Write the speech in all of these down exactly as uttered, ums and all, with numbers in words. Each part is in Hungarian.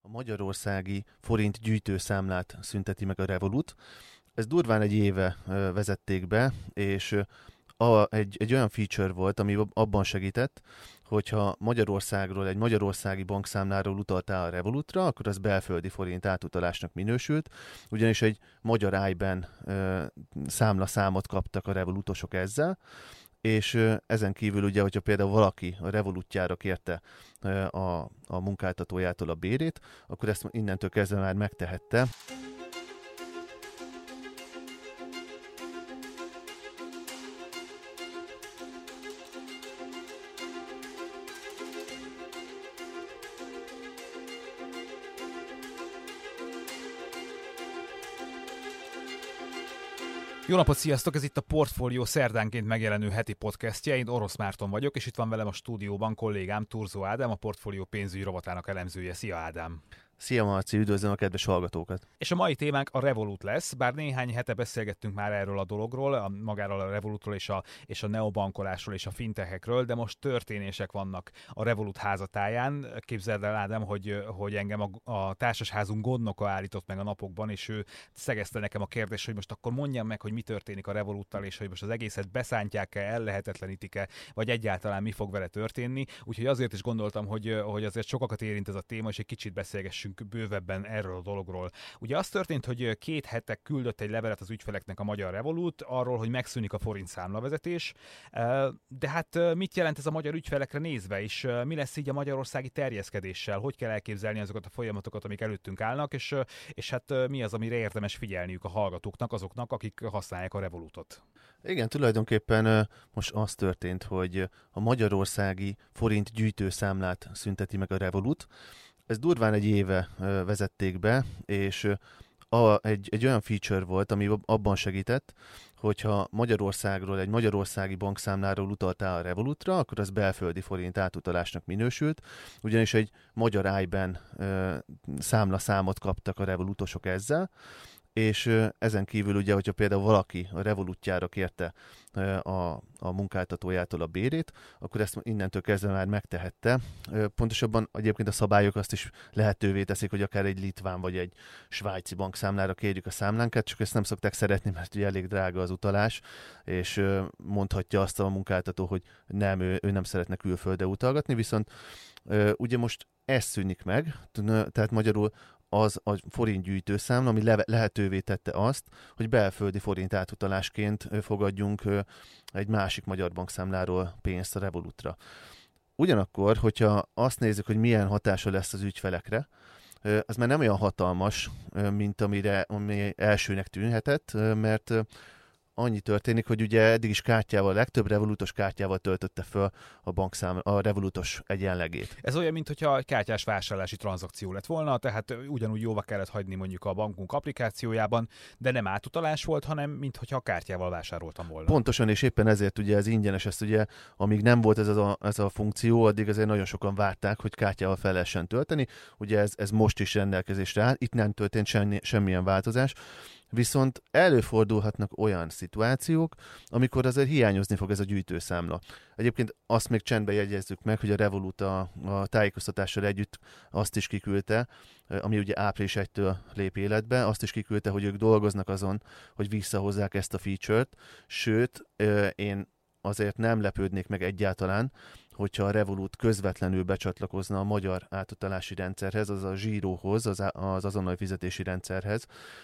magyarországi forint gyűjtőszámlát szünteti meg a Revolut. Ez durván egy éve vezették be, és a, egy, egy olyan feature volt, ami abban segített, hogyha Magyarországról, egy magyarországi bankszámláról utaltál a Revolutra, akkor az belföldi forint átutalásnak minősült, ugyanis egy magyar i ban számlaszámot kaptak a revolutosok ezzel, és ezen kívül ugye, hogyha például valaki a Revolutjára kérte a, a munkáltatójától a bérét, akkor ezt innentől kezdve már megtehette. Jó napot, sziasztok! Ez itt a Portfólió szerdánként megjelenő heti podcastje. Én Orosz Márton vagyok, és itt van velem a stúdióban kollégám Turzó Ádám, a Portfólió pénzügyi rovatának elemzője. Szia, Ádám! Szia, Marci, üdvözlöm a kedves hallgatókat! És a mai témánk a Revolut lesz, bár néhány hete beszélgettünk már erről a dologról, a, magáról a Revolutról és a, és a neobankolásról és a fintechekről, de most történések vannak a Revolut házatáján. Képzeld el, Ádám, hogy, hogy engem a, a társasházunk gondnoka állított meg a napokban, és ő szegezte nekem a kérdést, hogy most akkor mondjam meg, hogy mi történik a Revoluttal, és hogy most az egészet beszántják-e, ellehetetlenítik-e, vagy egyáltalán mi fog vele történni. Úgyhogy azért is gondoltam, hogy, hogy azért sokakat érint ez a téma, és egy kicsit beszélgessünk bővebben erről a dologról. Ugye az történt, hogy két hete küldött egy levelet az ügyfeleknek a magyar Revolut arról, hogy megszűnik a forint számlavezetés, de hát mit jelent ez a magyar ügyfelekre nézve, és mi lesz így a magyarországi terjeszkedéssel, hogy kell elképzelni azokat a folyamatokat, amik előttünk állnak, és, és hát mi az, amire érdemes figyelniük a hallgatóknak, azoknak, akik használják a Revolutot. Igen, tulajdonképpen most az történt, hogy a magyarországi forint gyűjtőszámlát szünteti meg a Revolut. Ez durván egy éve vezették be, és a, egy, egy olyan feature volt, ami abban segített, hogyha Magyarországról, egy magyarországi bankszámláról utaltál a Revolutra, akkor az belföldi forint átutalásnak minősült, ugyanis egy magyar i ban számlaszámot kaptak a revolutosok ezzel, és ezen kívül ugye, hogyha például valaki a Revolutjára kérte a, a munkáltatójától a bérét, akkor ezt innentől kezdve már megtehette. Pontosabban egyébként a szabályok azt is lehetővé teszik, hogy akár egy litván vagy egy svájci bankszámlára kérjük a számlánkat, csak ezt nem szokták szeretni, mert ugye elég drága az utalás, és mondhatja azt a munkáltató, hogy nem, ő, ő nem szeretne külföldre utalgatni, viszont ugye most ez szűnik meg, tehát magyarul az a forint gyűjtőszámla, ami le- lehetővé tette azt, hogy belföldi forint átutalásként fogadjunk egy másik magyar bankszámláról pénzt a Revolutra. Ugyanakkor, hogyha azt nézzük, hogy milyen hatása lesz az ügyfelekre, az már nem olyan hatalmas, mint amire, ami elsőnek tűnhetett, mert annyi történik, hogy ugye eddig is kártyával, legtöbb revolutos kártyával töltötte föl a bankszám, a revolutos egyenlegét. Ez olyan, mintha egy kártyás vásárlási tranzakció lett volna, tehát ugyanúgy jóvá kellett hagyni mondjuk a bankunk applikációjában, de nem átutalás volt, hanem mintha a kártyával vásároltam volna. Pontosan, és éppen ezért ugye ez ingyenes, ezt ugye, amíg nem volt ez a, ez a funkció, addig azért nagyon sokan várták, hogy kártyával fel lehessen tölteni. Ugye ez, ez most is rendelkezésre áll, itt nem történt semmi, semmilyen változás. Viszont előfordulhatnak olyan szituációk, amikor azért hiányozni fog ez a gyűjtőszámla. Egyébként azt még csendben jegyezzük meg, hogy a Revolut a, a tájékoztatással együtt azt is kiküldte, ami ugye április elsejétől lép életbe, azt is kiküldte, hogy ők dolgoznak azon, hogy visszahozzák ezt a feature-t, sőt, én azért nem lepődnék meg egyáltalán, hogyha a Revolut közvetlenül becsatlakozna a magyar átutalási rendszerhez, az a zsíróhoz, az, az azonnali fizetési rendszerhez.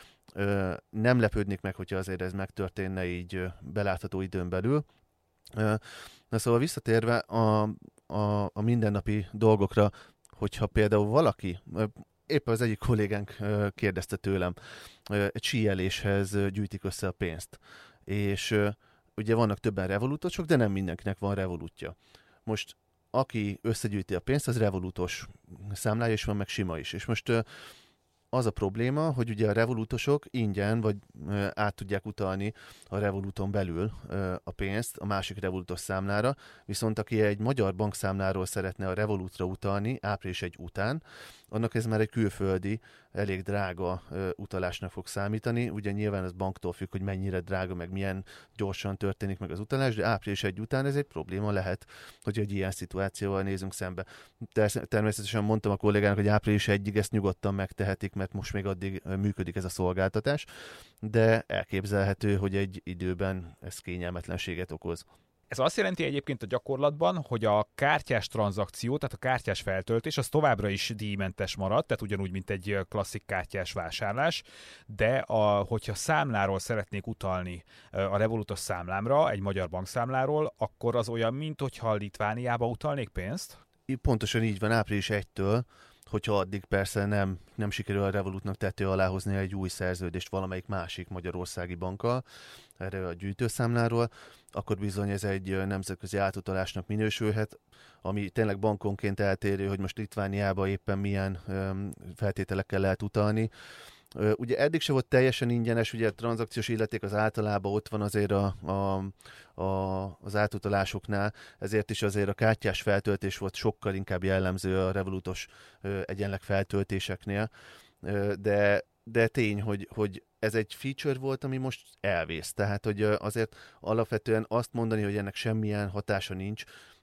Ö, nem lepődnék meg, hogyha azért ez megtörténne így ö, belátható időn belül. Ö, na szóval visszatérve a, a, a mindennapi dolgokra, hogyha például valaki, ö, éppen az egyik kollégánk ö, kérdezte tőlem, ö, egy síeléshez ö, gyűjtik össze a pénzt, és ö, ugye vannak többen revolutosok, de nem mindenkinek van revolutja. Most aki összegyűjti a pénzt, az revolutos számlája is van, meg sima is. És most ö, az a probléma, hogy ugye a revolutosok ingyen vagy ö, át tudják utalni a Revoluton belül ö, a pénzt a másik revolutos számlára, viszont aki egy magyar bankszámláról szeretne a Revolutra utalni április elseje után, annak ez már egy külföldi, elég drága ö, utalásnak fog számítani. Ugye nyilván ez banktól függ, hogy mennyire drága, meg milyen gyorsan történik meg az utalás, de április egy után ez egy probléma lehet, hogy egy ilyen szituációval nézünk szembe. Természetesen mondtam a kollégának, hogy április egyig ezt nyugodtan megtehetik, mert most még addig működik ez a szolgáltatás, de elképzelhető, hogy egy időben ez kényelmetlenséget okoz. Ez azt jelenti egyébként a gyakorlatban, hogy a kártyás tranzakció, tehát a kártyás feltöltés, az továbbra is díjmentes marad, tehát ugyanúgy, mint egy klasszik kártyás vásárlás, de a, hogyha számláról szeretnék utalni a Revolutos számlámra, egy magyar bankszámláról, akkor az olyan, mint hogyha Litvániába utalnék pénzt? Pontosan így van, április egytől, hogyha addig persze nem, nem sikerül a Revolutnak tető alá hozni egy új szerződést valamelyik másik magyarországi bankkal, erre a gyűjtőszámláról, akkor bizony ez egy nemzetközi átutalásnak minősülhet, ami tényleg bankonként eltérő, hogy most Litvániába éppen milyen öm, feltételekkel lehet utalni. Ugye eddig se volt teljesen ingyenes, ugye a tranzakciós illeték az általában ott van azért a, a, a, az átutalásoknál, ezért is azért a kártyás feltöltés volt sokkal inkább jellemző a Revolutos egyenleg feltöltéseknél, de, de tény, hogy, hogy ez egy feature volt, ami most elvész. Tehát, hogy azért alapvetően azt mondani, hogy ennek semmilyen hatása nincs,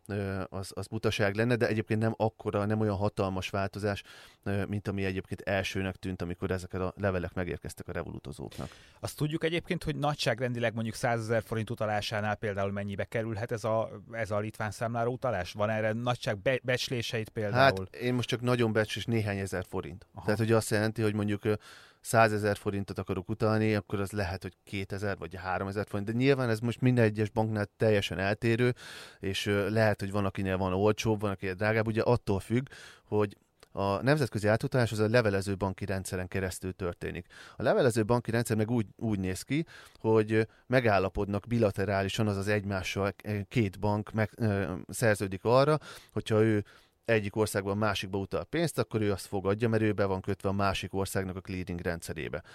az, az butaság lenne, de egyébként nem akkora, nem olyan hatalmas változás, mint ami egyébként elsőnek tűnt, amikor ezek a levelek megérkeztek a revolutozóknak. Azt tudjuk egyébként, hogy nagyságrendileg mondjuk százezer forint utalásánál például mennyibe kerülhet ez a, ez a litván számlára utalás? Van erre nagyság be, becsléseit például? Hát én most csak nagyon becslés néhány ezer forint. Aha. Tehát, hogy azt jelenti, hogy mondjuk százezer forintot akarok utalni, akkor az lehet, hogy kétezer vagy háromezer forint. De nyilván ez most minden egyes banknál teljesen eltérő, és lehet, hogy van, akinél van olcsóbb, van, akinél drágább. Ugye attól függ, hogy a nemzetközi átutalás az a levelező banki rendszeren keresztül történik. A levelező banki rendszer meg úgy, úgy néz ki, hogy megállapodnak bilaterálisan, azaz egymással két bank meg, ö, szerződik arra, hogyha ő egyik országban másikba utal pénzt, akkor ő azt fogadja, mert ő be van kötve a másik országnak a clearing rendszerébe.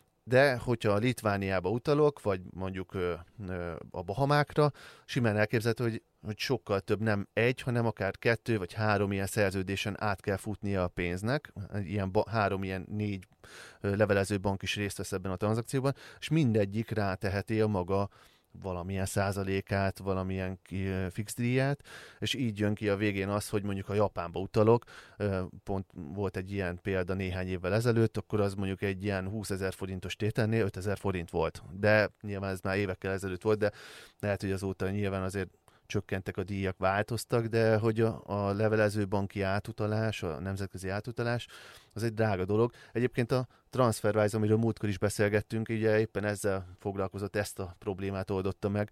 De hogyha a Litvániába utalok, vagy mondjuk ö, ö, a Bahamákra, simán elképzelhető, hogy, hogy sokkal több nem egy, hanem akár kettő vagy három ilyen szerződésen át kell futnia a pénznek. Ilyen ba, három, ilyen négy ö, levelező bank is részt vesz ebben a tranzakcióban, és mindegyik ráteheti a maga valamilyen százalékát, valamilyen fix díját, és így jön ki a végén az, hogy mondjuk a Japánba utalok, pont volt egy ilyen példa néhány évvel ezelőtt, akkor az mondjuk egy ilyen húszezer forintos tételnél ötezer forint volt. De nyilván ez már évekkel ezelőtt volt, de lehet, hogy azóta nyilván azért csökkentek a díjak, változtak, de hogy a, a levelező banki átutalás, a nemzetközi átutalás, az egy drága dolog. Egyébként a TransferWise, amiről múltkor is beszélgettünk, ugye éppen ezzel foglalkozott, ezt a problémát oldotta meg,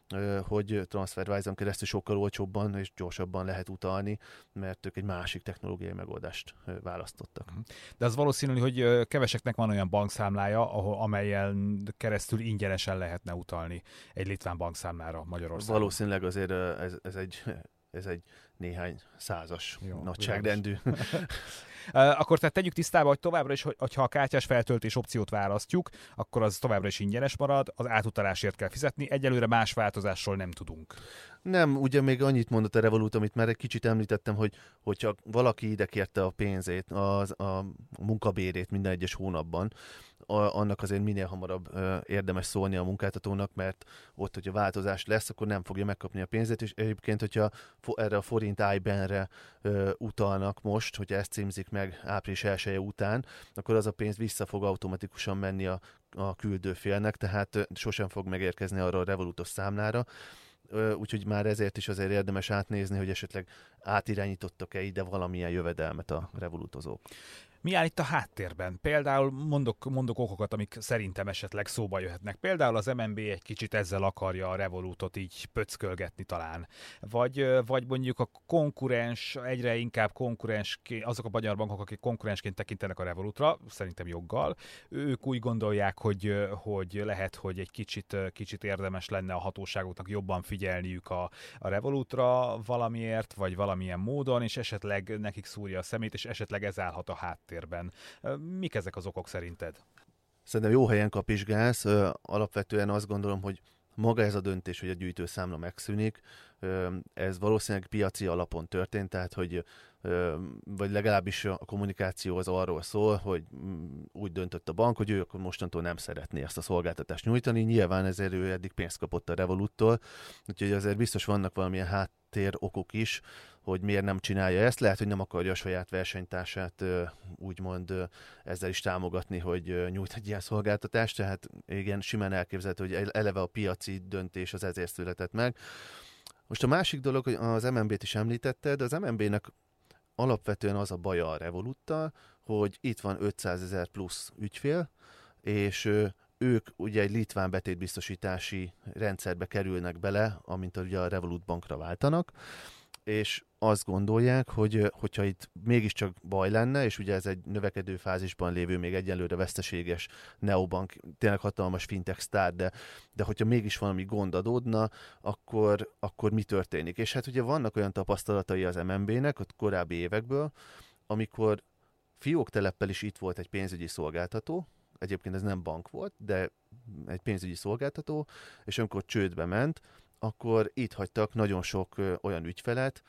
hogy TransferWise-on keresztül sokkal olcsóbban és gyorsabban lehet utalni, mert ők egy másik technológiai megoldást választottak. De az valószínű, hogy keveseknek van olyan bankszámlája, ahol, amelyen keresztül ingyenesen lehetne utalni egy litván bankszámlára Magyarországon. Valószínűleg azért ez, ez egy... Ez egy néhány százas Jó, nagyságrendű. Akkor tehát tegyük tisztába, hogy továbbra is, hogyha a kártyás feltöltés opciót választjuk, akkor az továbbra is ingyenes marad, az átutalásért kell fizetni, egyelőre más változásról nem tudunk. Nem, ugye még annyit mondott a Revolut, amit már egy kicsit említettem, hogy hogyha valaki ide kérte a pénzét, az, a munkabérét minden egyes hónapban, a, annak azért minél hamarabb ö, érdemes szólni a munkáltatónak, mert ott, hogyha változás lesz, akkor nem fogja megkapni a pénzét, és egyébként, hogyha fo- erre a forint i ban-re ö, utalnak most, hogyha ezt címzik meg április elseje után, akkor az a pénz vissza fog automatikusan menni a, a küldőfélnek, tehát ö, sosem fog megérkezni arra a Revolutos számlára, úgyhogy már ezért is azért érdemes átnézni, hogy esetleg átirányítottak-e ide valamilyen jövedelmet a revolutozók. Mi áll itt a háttérben? Például mondok, mondok okokat, amik szerintem esetleg szóba jöhetnek. Például az em en bé egy kicsit ezzel akarja a Revolutot így pöckölgetni talán. Vagy, vagy mondjuk a konkurens, egyre inkább konkurens, azok a magyar bankok, akik konkurensként tekintenek a Revolutra, szerintem joggal, ők úgy gondolják, hogy, hogy lehet, hogy egy kicsit, kicsit érdemes lenne a hatóságoknak jobban figyelniük a, a Revolutra valamiért, vagy valamilyen módon, és esetleg nekik szúrja a szemét, és esetleg ez állhat a háttérben. Mik ezek az okok szerinted? Szerintem jó helyen kapizsgálsz. Alapvetően azt gondolom, hogy maga ez a döntés, hogy a gyűjtőszámla megszűnik, ez valószínűleg piaci alapon történt, tehát hogy vagy legalábbis a kommunikáció az arról szól, hogy úgy döntött a bank, hogy ő akkor mostantól nem szeretné ezt a szolgáltatást nyújtani. Nyilván ezért ő eddig pénzt kapott a Revoluttól, úgyhogy azért biztos vannak valamilyen háttér okok is, hogy miért nem csinálja ezt. Lehet, hogy nem akarja a saját versenytársát úgymond ezzel is támogatni, hogy nyújt egy ilyen szolgáltatást, tehát igen, simán elképzelhető, hogy eleve a piaci döntés az ezért született meg. Most a másik dolog, hogy az em en bé-t is említetted, de az em en bé-nek alapvetően az a baja a Revoluttal, hogy itt van ötszázezer plusz ügyfél, és ők ugye egy litván betétbiztosítási rendszerbe kerülnek bele, amint ugye a Revolut bankra váltanak, és azt gondolják, hogy hogyha itt mégiscsak baj lenne, és ugye ez egy növekedő fázisban lévő, még egyelőre veszteséges neobank, tényleg hatalmas fintech sztár, de, de hogyha mégis valami gond adódna, akkor, akkor mi történik? És hát ugye vannak olyan tapasztalatai az em en bé-nek a korábbi évekből, amikor fiókteleppel is itt volt egy pénzügyi szolgáltató, egyébként ez nem bank volt, de egy pénzügyi szolgáltató, és amikor csődbe ment, akkor itt hagytak nagyon sok ö, olyan ügyfelet,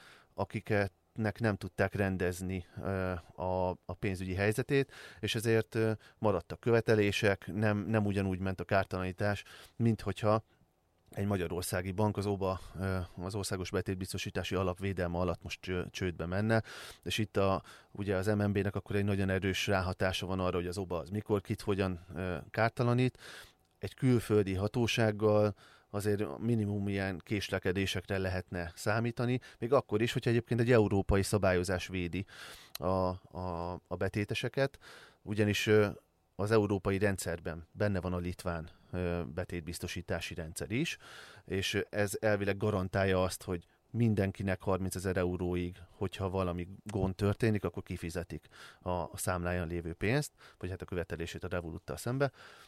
akiknek nem tudták rendezni ö, a, a pénzügyi helyzetét, és ezért ö, maradtak követelések, nem, nem ugyanúgy ment a kártalanítás, mint hogyha egy magyarországi bank az óba, az Országos Betétbiztosítási Alapvédelme alatt most csődbe menne, és itt a, ugye az em en bé-nek akkor egy nagyon erős ráhatása van arra, hogy az óba az mikor, kit, hogyan kártalanít. Egy külföldi hatósággal azért minimum ilyen késlekedésekre lehetne számítani, még akkor is, hogyha egyébként egy európai szabályozás védi a, a, a betéteseket, ugyanis az európai rendszerben benne van a litván betétbiztosítási rendszer is, és ez elvileg garantálja azt, hogy mindenkinek harmincezer euróig, hogyha valami gond történik, akkor kifizetik a, a számláján lévő pénzt, vagy hát a követelését a Revoluttal szembe.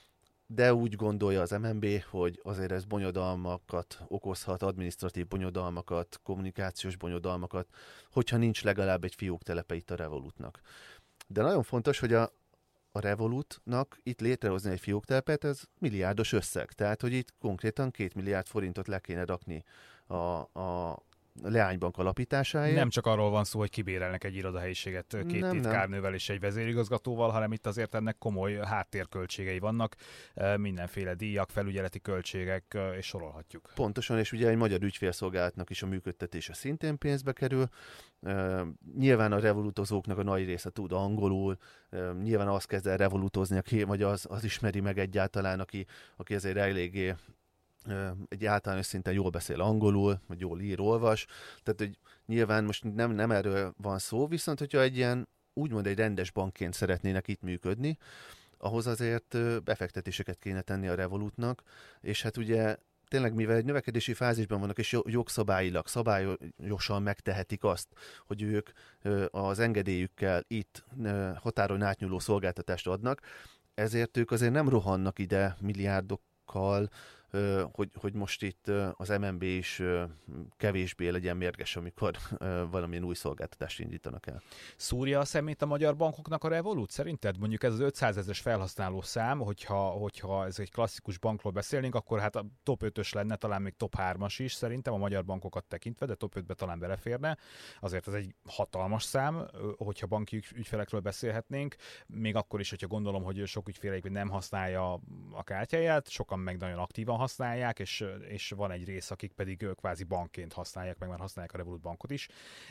De úgy gondolja az em en bé, hogy azért ez bonyodalmakat okozhat, adminisztratív bonyodalmakat, kommunikációs bonyodalmakat, hogyha nincs legalább egy fióktelepe itt a Revolutnak. De nagyon fontos, hogy a a Revolutnak itt létrehozni egy fióktelepet, ez milliárdos összeg. Tehát, hogy itt konkrétan két milliárd forintot le kéne rakni a, a leánybank alapításáért. Nem csak arról van szó, hogy kibérelnek egy irodahelyiséget két nem, titkárnővel és egy vezérigazgatóval, hanem itt azért ennek komoly háttérköltségei vannak, mindenféle díjak, felügyeleti költségek, és sorolhatjuk. Pontosan, és ugye egy magyar ügyfélszolgálatnak is a működtetése szintén pénzbe kerül. Uh, nyilván a revolutozóknak a nagy része tud angolul, uh, nyilván azt kezd el revolutozni, aki, vagy az, az ismeri meg egyáltalán, aki, aki azért eléggé uh, egy általános szinten jól beszél angolul, vagy jól ír, olvas. Tehát, hogy nyilván most nem, nem erről van szó, viszont hogyha egy ilyen, úgymond egy rendes bankként szeretnének itt működni, ahhoz azért uh, befektetéseket kéne tenni a Revolutnak, és hát ugye tényleg, mivel egy növekedési fázisban vannak, és jogszabályilag, szabályosan megtehetik azt, hogy ők az engedélyükkel itt határon átnyúló szolgáltatást adnak, ezért ők azért nem rohannak ide milliárdokkal, hogy, hogy most itt az em en bé is kevésbé legyen mérges, amikor valamilyen új szolgáltatást indítanak el. Szúrja a szemét a magyar bankoknak a Revolut szerinted? Mondjuk ez az ötszázezres felhasználó szám, hogyha, hogyha ez egy klasszikus bankról beszélnénk, akkor hát a top ötös lenne, talán még top hármas is szerintem a magyar bankokat tekintve, de top ötbe talán beleférne. Azért ez egy hatalmas szám, hogyha banki ügyfelekről beszélhetnénk, még akkor is, hogyha gondolom, hogy sok ügyféleik nem használja a kártyáját, sokan meg nagyon aktívan használják, és, és van egy rész, akik pedig kvázi bankként használják, meg már használják a Revolut bankot is.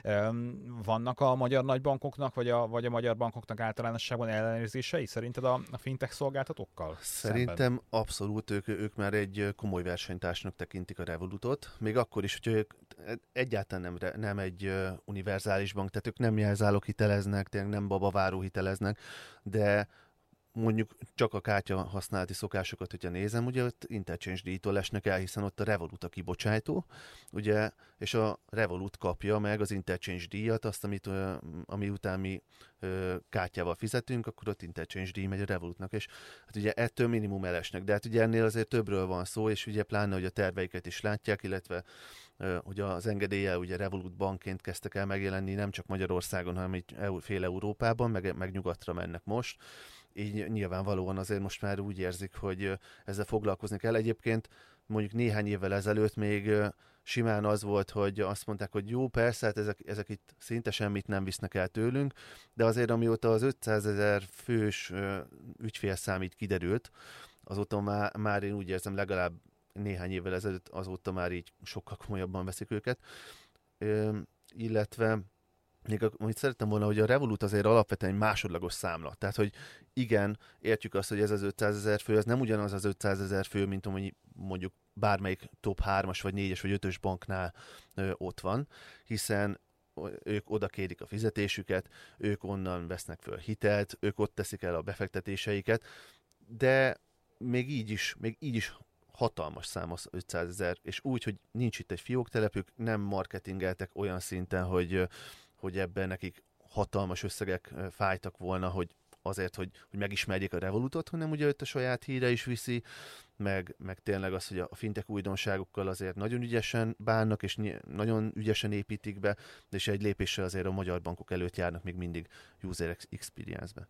Vannak a magyar nagybankoknak, vagy a, vagy a magyar bankoknak általánosságban ellenőrzései szerinted a, a fintech szolgáltatókkal? Szerintem szemben? Abszolút, ők, ők már egy komoly versenytársnak tekintik a Revolutot, még akkor is, hogy ők egyáltalán nem, nem egy univerzális bank, tehát ők nem jelzálók hiteleznek, tényleg nem babaváró hiteleznek, de mondjuk csak a kártya használati szokásokat, hogyha nézem, ugye ott interchange díjtól esnek el, hiszen ott a Revolut a kibocsátó, ugye, és a Revolut kapja meg az interchange díjat, azt, amit, ami után mi kártyával fizetünk, akkor ott interchange díj megy a Revolutnak, és hát ugye ettől minimum elesnek, de hát ugye ennél azért többről van szó, és ugye pláne, hogy a terveiket is látják, illetve hogy az engedéllyel ugye Revolut bankként kezdtek el megjelenni nem csak Magyarországon, hanem így fél Európában, meg, meg nyugatra mennek most. Így nyilvánvalóan azért most már úgy érzik, hogy ezzel foglalkozni kell. Egyébként mondjuk néhány évvel ezelőtt még simán az volt, hogy azt mondták, hogy jó, persze, hát ezek, ezek itt szinte semmit nem visznek el tőlünk, de azért amióta az ötszázezer fős ügyfélszám így kiderült, azóta már, már én úgy érzem, legalább néhány évvel ezelőtt azóta már így sokkal komolyabban veszik őket. Ö, illetve még amit szerettem volna, hogy a Revolut azért alapvetően egy másodlagos számla. Tehát, hogy igen, értjük azt, hogy ez az ötszázezer fő, ez nem ugyanaz az ötszázezer fő, mint amennyi mondjuk bármelyik top hármas, vagy négyes, vagy ötös banknál ö, ott van, hiszen ők oda kérik a fizetésüket, ők onnan vesznek föl hitelt, ők ott teszik el a befektetéseiket, de még így is, még így is hatalmas szám az ötszázezer, és úgy, hogy nincs itt egy fióktelepük, nem marketingeltek olyan szinten, hogy, hogy ebben nekik hatalmas összegek fájtak volna, hogy azért, hogy, hogy megismerjék a Revolutot, hanem ugye őt a saját híre is viszi, meg, meg tényleg az, hogy a fintech újdonságokkal azért nagyon ügyesen bánnak, és nagyon ügyesen építik be, és egy lépéssel azért a magyar bankok előtt járnak még mindig user experience-be.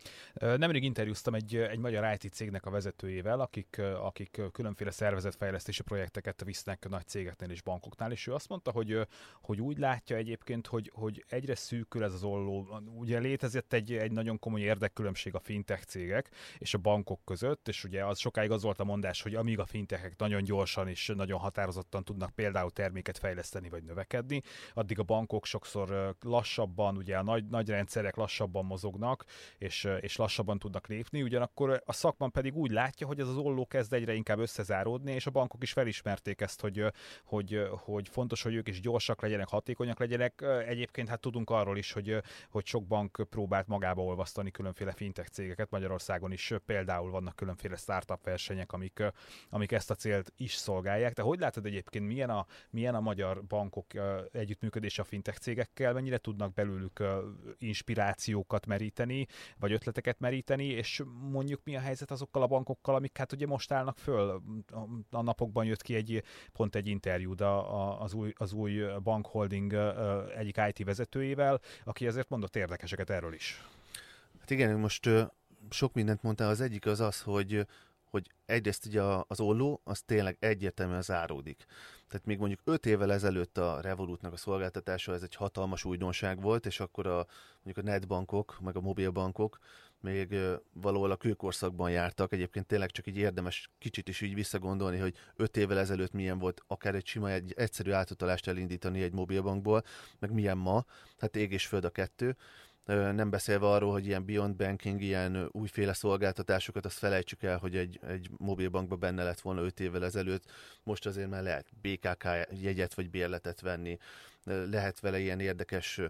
Nemrég interjúztam egy, egy magyar i té cégnek a vezetőjével, akik, akik különféle szervezetfejlesztési projekteket visznek nagy cégeknél és bankoknál, és ő azt mondta, hogy, hogy úgy látja egyébként, hogy, hogy egyre szűkül ez az olló. Ugye létezett egy, egy nagyon komoly érdekkülönbség a fintech cégek és a bankok között, és ugye az sokáig az volt a mondás, hogy amíg a fintechek nagyon gyorsan és nagyon határozottan tudnak például terméket fejleszteni vagy növekedni, addig a bankok sokszor lassabban, ugye a nagy, nagy rendszerek lassabban mozognak, és és lassabban tudnak lépni, ugyanakkor a szakma pedig úgy látja, hogy ez az olló kezd egyre inkább összezáródni, és a bankok is felismerték ezt, hogy, hogy, hogy fontos, hogy ők is gyorsak legyenek, hatékonyak legyenek. Egyébként hát tudunk arról is, hogy, hogy sok bank próbált magába olvasztani különféle fintech cégeket. Magyarországon is például vannak különféle startup versenyek, amik, amik ezt a célt is szolgálják. De hogy látod egyébként, milyen a, milyen a magyar bankok együttműködése a fintech cégekkel, mennyire tudnak belőlük inspirációkat meríteni, vagy ötleteket meríteni, és mondjuk mi a helyzet azokkal a bankokkal, amik hát ugye most állnak föl. A napokban jött ki egy, pont egy interjú az új, az új Bank Holding egyik i té vezetőjével, aki azért mondott érdekeseket erről is. Hát igen, most sok mindent mondtál, az egyik az az, hogy hogy egyrészt ugye az olló, az tényleg egyértelműen záródik. Tehát még mondjuk öt évvel ezelőtt a Revolutnak a szolgáltatása, ez egy hatalmas újdonság volt, és akkor a, mondjuk a netbankok, meg a mobilbankok még valahol a kőkorszakban jártak. Egyébként tényleg csak így érdemes kicsit is így visszagondolni, hogy öt évvel ezelőtt milyen volt akár egy sima, egy egyszerű átutalást elindítani egy mobilbankból, meg milyen ma. Hát ég és föld a kettő. Nem beszélve arról, hogy ilyen beyond banking, ilyen újféle szolgáltatásokat, azt felejtsük el, hogy egy, egy mobilbankban benne lett volna öt évvel ezelőtt. Most azért már lehet bé ká ká jegyet vagy bérletet venni. Lehet vele ilyen érdekes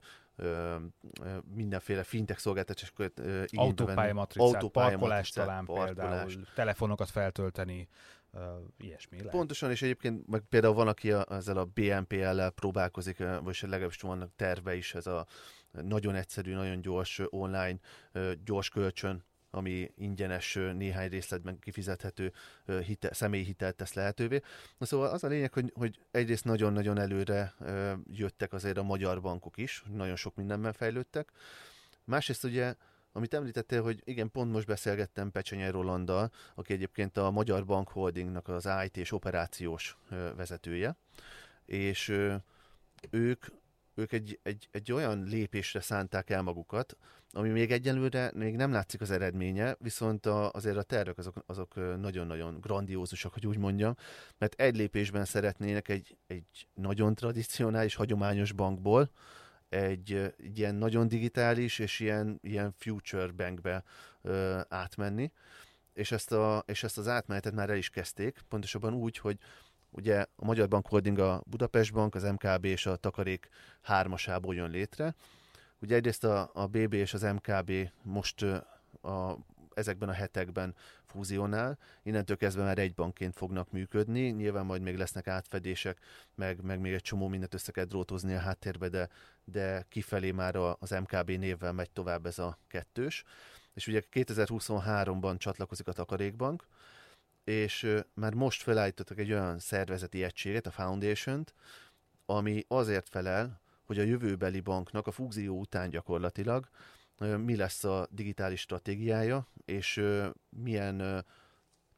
mindenféle fintech szolgáltatásokat igénybe venni. Autópályamatricát, parkolás talán például, telefonokat feltölteni. Uh, ilyesmi lehet. Pontosan, és egyébként meg például van, aki a, ezzel a bé en pé el-lel próbálkozik, vagy legalábbis vannak terve is, ez a nagyon egyszerű, nagyon gyors online gyors kölcsön, ami ingyenes, néhány részletben kifizethető hite, személyi hitelt tesz lehetővé. Na szóval az a lényeg, hogy, hogy egyrészt nagyon-nagyon előre jöttek azért a magyar bankok is, nagyon sok mindenben fejlődtek. Másrészt ugye, amit említettél, hogy igen, pont most beszélgettem Pecsenyei Rolanddal, aki egyébként a Magyar Bank Holdingnak az i té és operációs vezetője, és ők ők egy, egy, egy olyan lépésre szánták el magukat, ami még egyelőre még nem látszik az eredménye, viszont a, azért a tervek azok, azok nagyon-nagyon grandiózusak, hogy úgy mondjam, mert egy lépésben szeretnének egy, egy nagyon tradicionális, hagyományos bankból egy, egy ilyen nagyon digitális és ilyen, ilyen future bankbe ö, átmenni, és ezt, a, és ezt az átmenetet már el is kezdték, pontosabban úgy, hogy ugye a Magyar Bank Holding a Budapest Bank, az em ká bé és a Takarék hármasából jön létre. Ugye egyrészt a, a bé bé és az em ká bé most a, ezekben a hetekben fúzionál, innentől kezdve már egy bankként fognak működni, nyilván majd még lesznek átfedések, meg, meg még egy csomó mindent össze kell drótozni a háttérbe, de, de kifelé már az em ká bé névvel megy tovább ez a kettős. És ugye kétezer-huszonháromban csatlakozik a Takarékbank, és már most felállítottak egy olyan szervezeti egységet, a Foundation-t, ami azért felel, hogy a jövőbeli banknak a fúzió után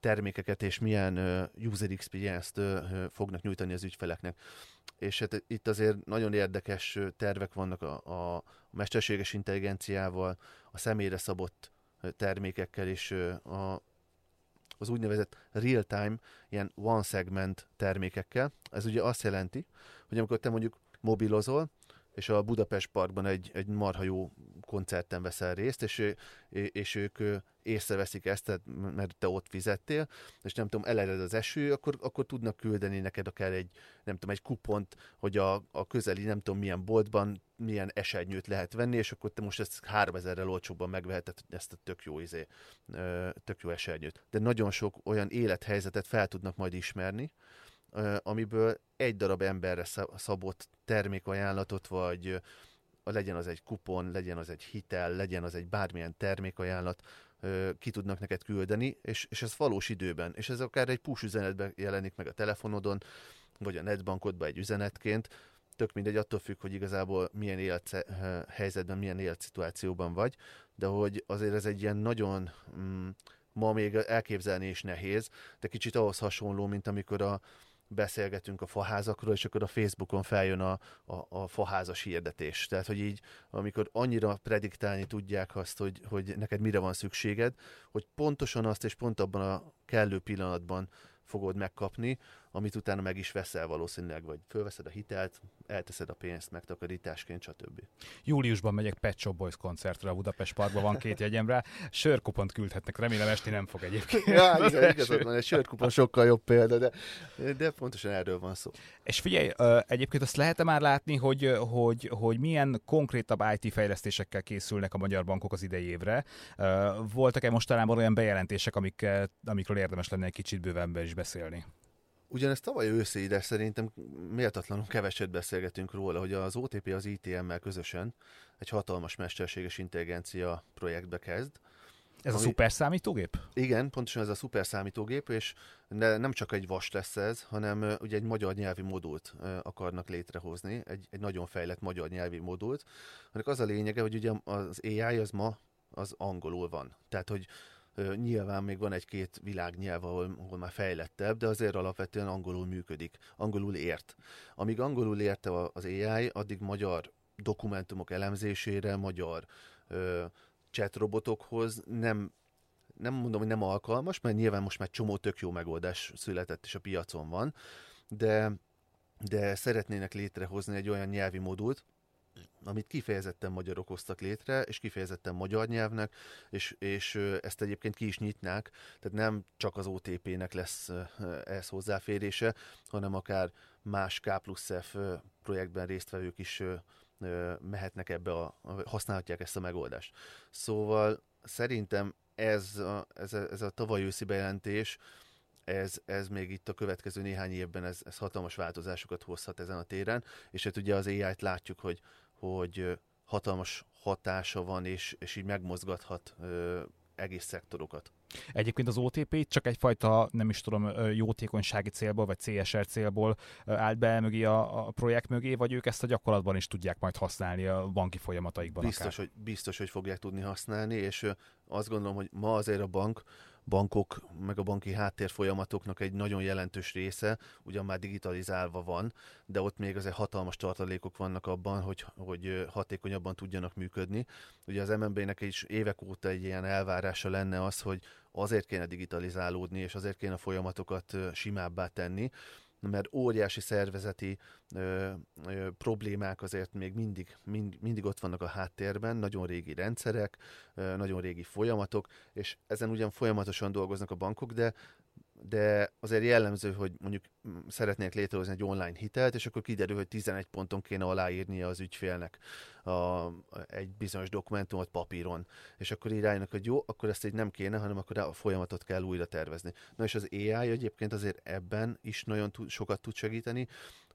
termékeket és milyen user experience-t fognak nyújtani az ügyfeleknek. És hát itt azért nagyon érdekes tervek vannak a, a, a mesterséges intelligenciával, a személyre szabott termékekkel és a, az úgynevezett real-time, ilyen one segment termékekkel. Ez ugye azt jelenti, hogy amikor te mondjuk mobilozol, és a Budapest Parkban egy, egy marha jó koncerten veszel részt, és, és ők észreveszik ezt, mert te ott fizettél, és nem tudom, elered az eső, akkor, akkor tudnak küldeni neked akár egy, nem tudom, egy kupont, hogy a, a közeli, nem tudom milyen boltban milyen esernyőt lehet venni, és akkor te most ezt háromezerrel olcsóbban megveheted ezt a tök jó, izé, tök jó esernyőt. De nagyon sok olyan élethelyzetet fel tudnak majd ismerni, amiből egy darab emberre szabott termékajánlatot, vagy legyen az egy kupon, legyen az egy hitel, legyen az egy bármilyen termékajánlat, ki tudnak neked küldeni, és, és ez valós időben. És ez akár egy push üzenetben jelenik meg a telefonodon, vagy a netbankodban egy üzenetként. Tök mindegy, attól függ, hogy igazából milyen élethelyzetben, milyen életszituációban vagy, de hogy azért ez egy ilyen nagyon... Mm, ma még elképzelni is nehéz, de kicsit ahhoz hasonló, mint amikor a beszélgetünk a faházakról, és akkor a Facebookon feljön a, a, a faházas hirdetés. Tehát, hogy így, amikor annyira prediktálni tudják azt, hogy, hogy neked mire van szükséged, hogy pontosan azt és pont abban a kellő pillanatban fogod megkapni, amit utána meg is veszel valószínűleg, vagy fölveszed a hitelt, elteszed a pénzt megtakarításként, stb. Júliusban megyek Pet Shop Boys koncertre a Budapest Parkban, van két jegyem rá. Sörkupont küldhetnek, remélem Esti nem fog egyébként. Ja, igen, igazad van, egy sörkupon sokkal jobb példa, de, de pontosan erről van szó. És figyelj, egyébként azt lehet-e már látni, hogy, hogy, hogy milyen konkrétabb i té fejlesztésekkel készülnek a magyar bankok az idei évre? Voltak-e mostanában olyan bejelentések, amik, amikről érdemes lenne egy kicsit bővebben is beszélni? Ugyanezt tavaly őszi, de szerintem méltatlanul keveset beszélgetünk róla, hogy az o té pé az i té em-mel közösen egy hatalmas mesterséges intelligencia projektbe kezd. Ez ami, a szuperszámítógép? Igen, pontosan ez a szuperszámítógép, és ne, nem csak egy vas lesz ez, hanem uh, ugye egy magyar nyelvi modult uh, akarnak létrehozni, egy, egy nagyon fejlett magyar nyelvi modult. Annak az a lényege, hogy ugye az á i az ma az angolul van. Tehát, hogy uh, nyilván még van egy-két világnyelv, ahol, ahol már fejlettebb, de azért alapvetően angolul működik, angolul ért. Amíg angolul érte az á i, addig magyar dokumentumok elemzésére, magyar uh, chat robotokhoz nem, nem mondom, hogy nem alkalmas, mert nyilván most már csomó tök jó megoldás született és a piacon van, de, de szeretnének létrehozni egy olyan nyelvi modult, amit kifejezetten magyarok hoztak létre, és kifejezetten magyar nyelvnek, és, és ezt egyébként ki is nyitnák, tehát nem csak az o té pének lesz ehhez hozzáférése, hanem akár más K plusz F projektben résztvevők is mehetnek ebbe, a, használhatják ezt a megoldást. Szóval szerintem ez a, ez a, ez a tavaly őszi bejelentés, ez, ez még itt a következő néhány évben ez, ez hatalmas változásokat hozhat ezen a téren, és hát ugye az á i-t látjuk, hogy, hogy hatalmas hatása van, és, és így megmozgathat ö, egész szektorokat. Egyébként az o té pé csak egyfajta, nem is tudom, jótékonysági célból, vagy cé es er célból állt be mögé a, a projekt mögé, vagy ők ezt a gyakorlatban is tudják majd használni a banki folyamataikban? Biztos, hogy, biztos, hogy fogják tudni használni, és azt gondolom, hogy ma azért a bank, bankok, meg a banki háttér folyamatoknak egy nagyon jelentős része ugyan már digitalizálva van, de ott még azért hatalmas tartalékok vannak abban, hogy, hogy hatékonyabban tudjanak működni. Ugye az em en bé-nek is évek óta egy ilyen elvárása lenne az, hogy azért kéne digitalizálódni, és azért kéne a folyamatokat simábbá tenni, mert óriási szervezeti ö, ö, problémák azért még mindig, mind, mindig ott vannak a háttérben, nagyon régi rendszerek, ö, nagyon régi folyamatok, és ezen ugyan folyamatosan dolgoznak a bankok, de de azért jellemző, hogy mondjuk szeretnék létrehozni egy online hitelt, és akkor kiderül, hogy tizenegy ponton kéne aláírnia az ügyfélnek a, egy bizonyos dokumentumot papíron. És akkor így rájönnek, hogy jó, akkor ezt így nem kéne, hanem akkor a folyamatot kell újra tervezni. Na és az á i egyébként azért ebben is nagyon tud, sokat tud segíteni,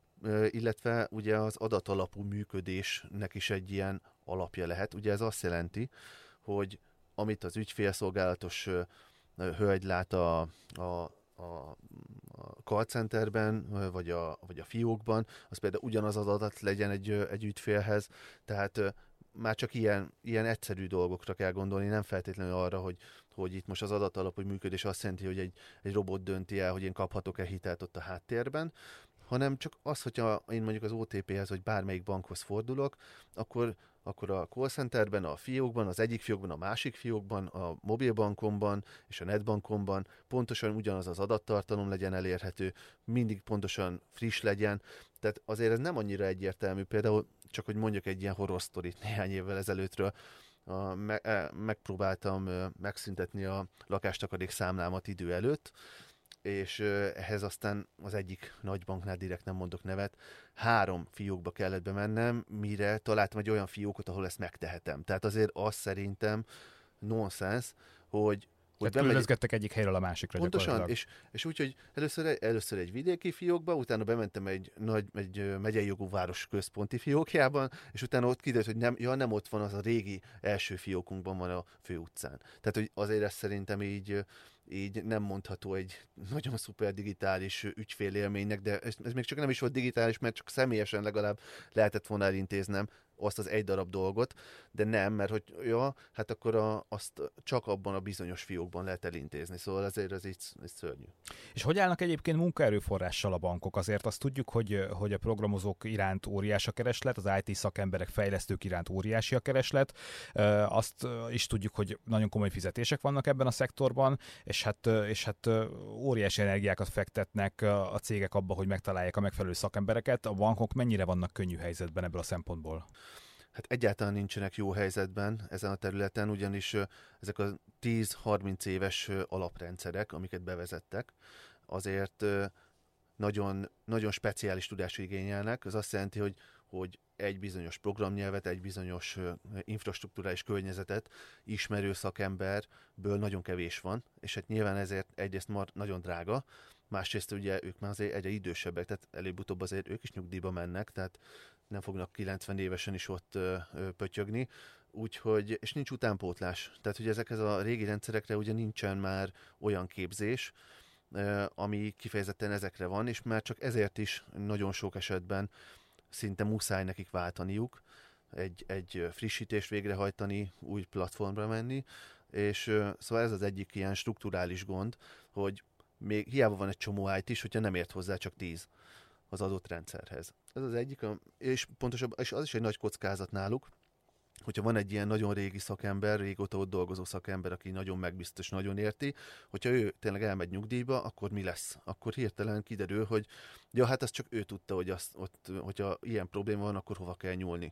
illetve ugye az adatalapú működésnek is egy ilyen alapja lehet. Ugye ez azt jelenti, hogy amit az ügyfélszolgálatos hölgy lát a, a a, a call centerben, vagy a, vagy a fiókban, az például ugyanaz az adat legyen egy, egy ügyfélhez, tehát már csak ilyen, ilyen egyszerű dolgokra kell gondolni, nem feltétlenül arra, hogy, hogy itt most az adatalapú működés azt jelenti, hogy egy, egy robot dönti el, hogy én kaphatok-e hitelt ott a háttérben, hanem csak az, hogyha én mondjuk az o té pé-hez, vagy bármelyik bankhoz fordulok, akkor, akkor a call centerben, a fiókban, az egyik fiókban, a másik fiókban, a mobilbankomban és a netbankomban pontosan ugyanaz az adattartalom legyen elérhető, mindig pontosan friss legyen. Tehát azért ez nem annyira egyértelmű, például csak, hogy mondjak egy ilyen horror sztorit néhány évvel ezelőttről, a, me, e, megpróbáltam e, megszüntetni a lakástakarék számlámat idő előtt, és ehhez aztán az egyik nagybanknál, direkt nem mondok nevet, három fiókba kellett bemennem, mire találtam egy olyan fiókot, ahol ezt megtehetem. Tehát azért az szerintem nonsens, hogy hogy tehát küldözgettek egyik helyről a másikra. Pontosan, és, és úgy, hogy először, először egy vidéki fiókba, utána bementem egy, nagy, egy megyei jogú város központi fiókjában, és utána ott kiderült, hogy nem, ja, nem ott van, az a régi első fiókunkban van a főutcán. Tehát, hogy azért ez szerintem így, így nem mondható egy nagyon szuper digitális ügyfélélménynek, de ez, ez még csak nem is volt digitális, mert csak személyesen legalább lehetett volna elintéznem azt az egy darab dolgot, de nem, mert hogy ja, hát akkor a, azt csak abban a bizonyos fiókban lehet elintézni, szóval azért ez így, így szörnyű. És hogy állnak egyébként munkaerőforrással a bankok? Azért azt tudjuk, hogy, hogy a programozók iránt óriás a kereslet, az i té szakemberek, fejlesztők iránt óriási a kereslet, azt is tudjuk, hogy nagyon komoly fizetések vannak ebben a szektorban, és hát, és hát óriási energiákat fektetnek a cégek abba, hogy megtalálják a megfelelő szakembereket. A bankok mennyire vannak könnyű helyzetben ebből a szempontból? Hát egyáltalán nincsenek jó helyzetben ezen a területen, ugyanis ezek a tíz-harminc éves alaprendszerek, amiket bevezettek, azért nagyon, nagyon speciális tudást igényelnek. Ez azt jelenti, hogy, hogy egy bizonyos programnyelvet, egy bizonyos infrastruktúrális környezetet ismerő szakemberből nagyon kevés van, és hát nyilván ezért egyrészt már nagyon drága, másrészt ugye ők már azért egyre idősebbek, tehát előbb-utóbb azért ők is nyugdíjba mennek, tehát nem fognak kilencven évesen is ott ö, ö, pötyögni, úgyhogy, és nincs utánpótlás. Tehát, hogy ezekhez a régi rendszerekre ugye nincsen már olyan képzés, ö, ami kifejezetten ezekre van, és már csak ezért is nagyon sok esetben szinte muszáj nekik váltaniuk, egy, egy frissítést végrehajtani, új platformra menni, és ö, szóval ez az egyik ilyen strukturális gond, hogy még hiába van egy csomó í té is, hogyha nem ért hozzá csak tíz az adott rendszerhez. Ez az egyik, és pontosabban, és az is egy nagy kockázat náluk, hogyha van egy ilyen nagyon régi szakember, régóta ott dolgozó szakember, aki nagyon megbiztos, nagyon érti, hogyha ő tényleg elmegy nyugdíjba, akkor mi lesz? Akkor hirtelen kiderül, hogy ja, hát azt csak ő tudta, hogy azt, ott, hogyha ilyen probléma van, akkor hova kell nyúlni.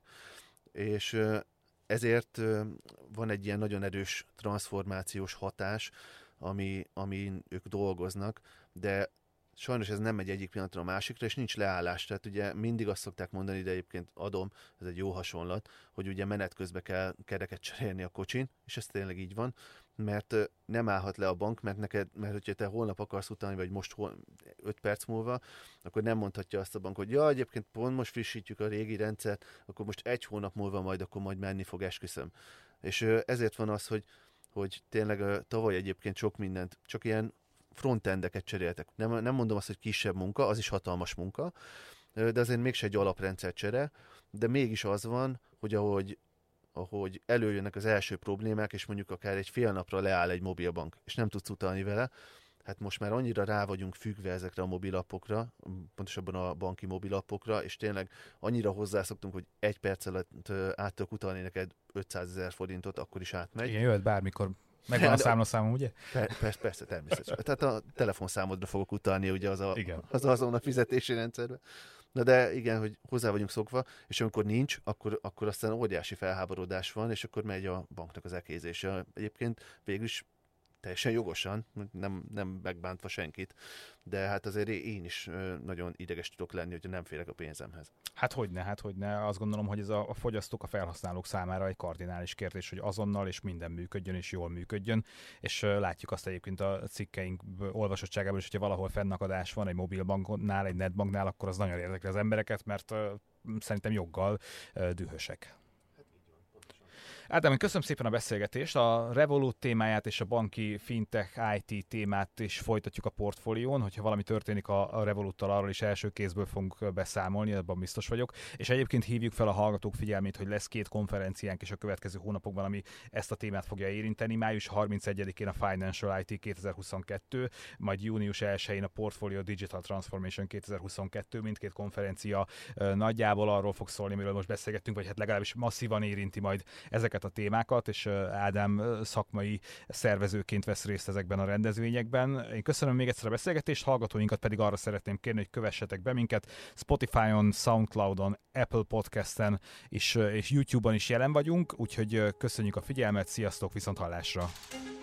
És ezért van egy ilyen nagyon erős transformációs hatás, ami, amin ők dolgoznak, de sajnos ez nem megy egyik pillanatra a másikra, és nincs leállás. Tehát ugye mindig azt szokták mondani, de egyébként adom, ez egy jó hasonlat, hogy ugye menet közben kell kereket cserélni a kocsin, és ez tényleg így van, mert nem állhat le a bank, mert neked, mert hogyha te holnap akarsz utalni, vagy most öt perc múlva, akkor nem mondhatja azt a bank, hogy ja, egyébként pont most frissítjük a régi rendszert, akkor most egy hónap múlva majd, akkor majd menni fog, esküszöm. És ezért van az, hogy, hogy tényleg tavaly egyébként sok mindent, csak ilyen frontendeket cseréltek. Nem, nem mondom azt, hogy kisebb munka, az is hatalmas munka, de azért mégse egy alaprendszer csere, de mégis az van, hogy ahogy, ahogy előjönnek az első problémák, és mondjuk akár egy fél napra leáll egy mobilbank, és nem tudsz utalni vele, hát most már annyira rá vagyunk függve ezekre a mobilappokra, pontosabban a banki mobilappokra, és tényleg annyira hozzászoktunk, hogy egy perc alatt át tudok utalni neked ötszázezer forintot, akkor is átmegy. Igen, jöhet bármikor. Megvan a számlaszámom, ugye? Per, persze, persze, természetesen. Tehát a telefonszámodra fogok utalni, ugye az a, az azon a fizetési rendszerben. Na de igen, hogy hozzá vagyunk szokva, és amikor nincs, akkor, akkor aztán óriási felháborodás van, és akkor megy a banknak az ekézése. Egyébként végül is teljesen jogosan, nem, nem megbántva senkit, de hát azért én is nagyon ideges tudok lenni, hogyha nem félek a pénzemhez. Hát hogyne, hát hogyne. Azt gondolom, hogy ez a fogyasztók, a felhasználók számára egy kardinális kérdés, hogy azonnal és minden működjön és jól működjön, és látjuk azt egyébként a cikkeink olvasottságában is, hogyha valahol fennakadás van egy mobilbanknál, egy netbanknál, akkor az nagyon érdekli az embereket, mert szerintem joggal dühösek. Ádám, köszönöm szépen a beszélgetést. A Revolut témáját és a banki fintech i té témát is folytatjuk a portfólión. Hogyha valami történik a Revoluttal, arról is első kézből fogunk beszámolni, abban biztos vagyok. És egyébként hívjuk fel a hallgatók figyelmét, hogy lesz két konferenciánk is a következő hónapokban, ami ezt a témát fogja érinteni. május harmincegyedikén a Financial i té kétezer-huszonkettő, majd június elsején a Portfolio Digital Transformation kétezer-huszonkettő. Mindkét konferencia nagyjából arról fog szólni, amiről most beszélgettünk, vagy hát legalábbis masszívan érinti majd ezeket a témákat, és Ádám szakmai szervezőként vesz részt ezekben a rendezvényekben. Én köszönöm még egyszer a beszélgetést, hallgatóinkat pedig arra szeretném kérni, hogy kövessetek be minket. Spotify-on, Soundcloud-on, Apple Podcast-en és, és YouTube-on is jelen vagyunk, úgyhogy köszönjük a figyelmet, sziasztok, viszont hallásra!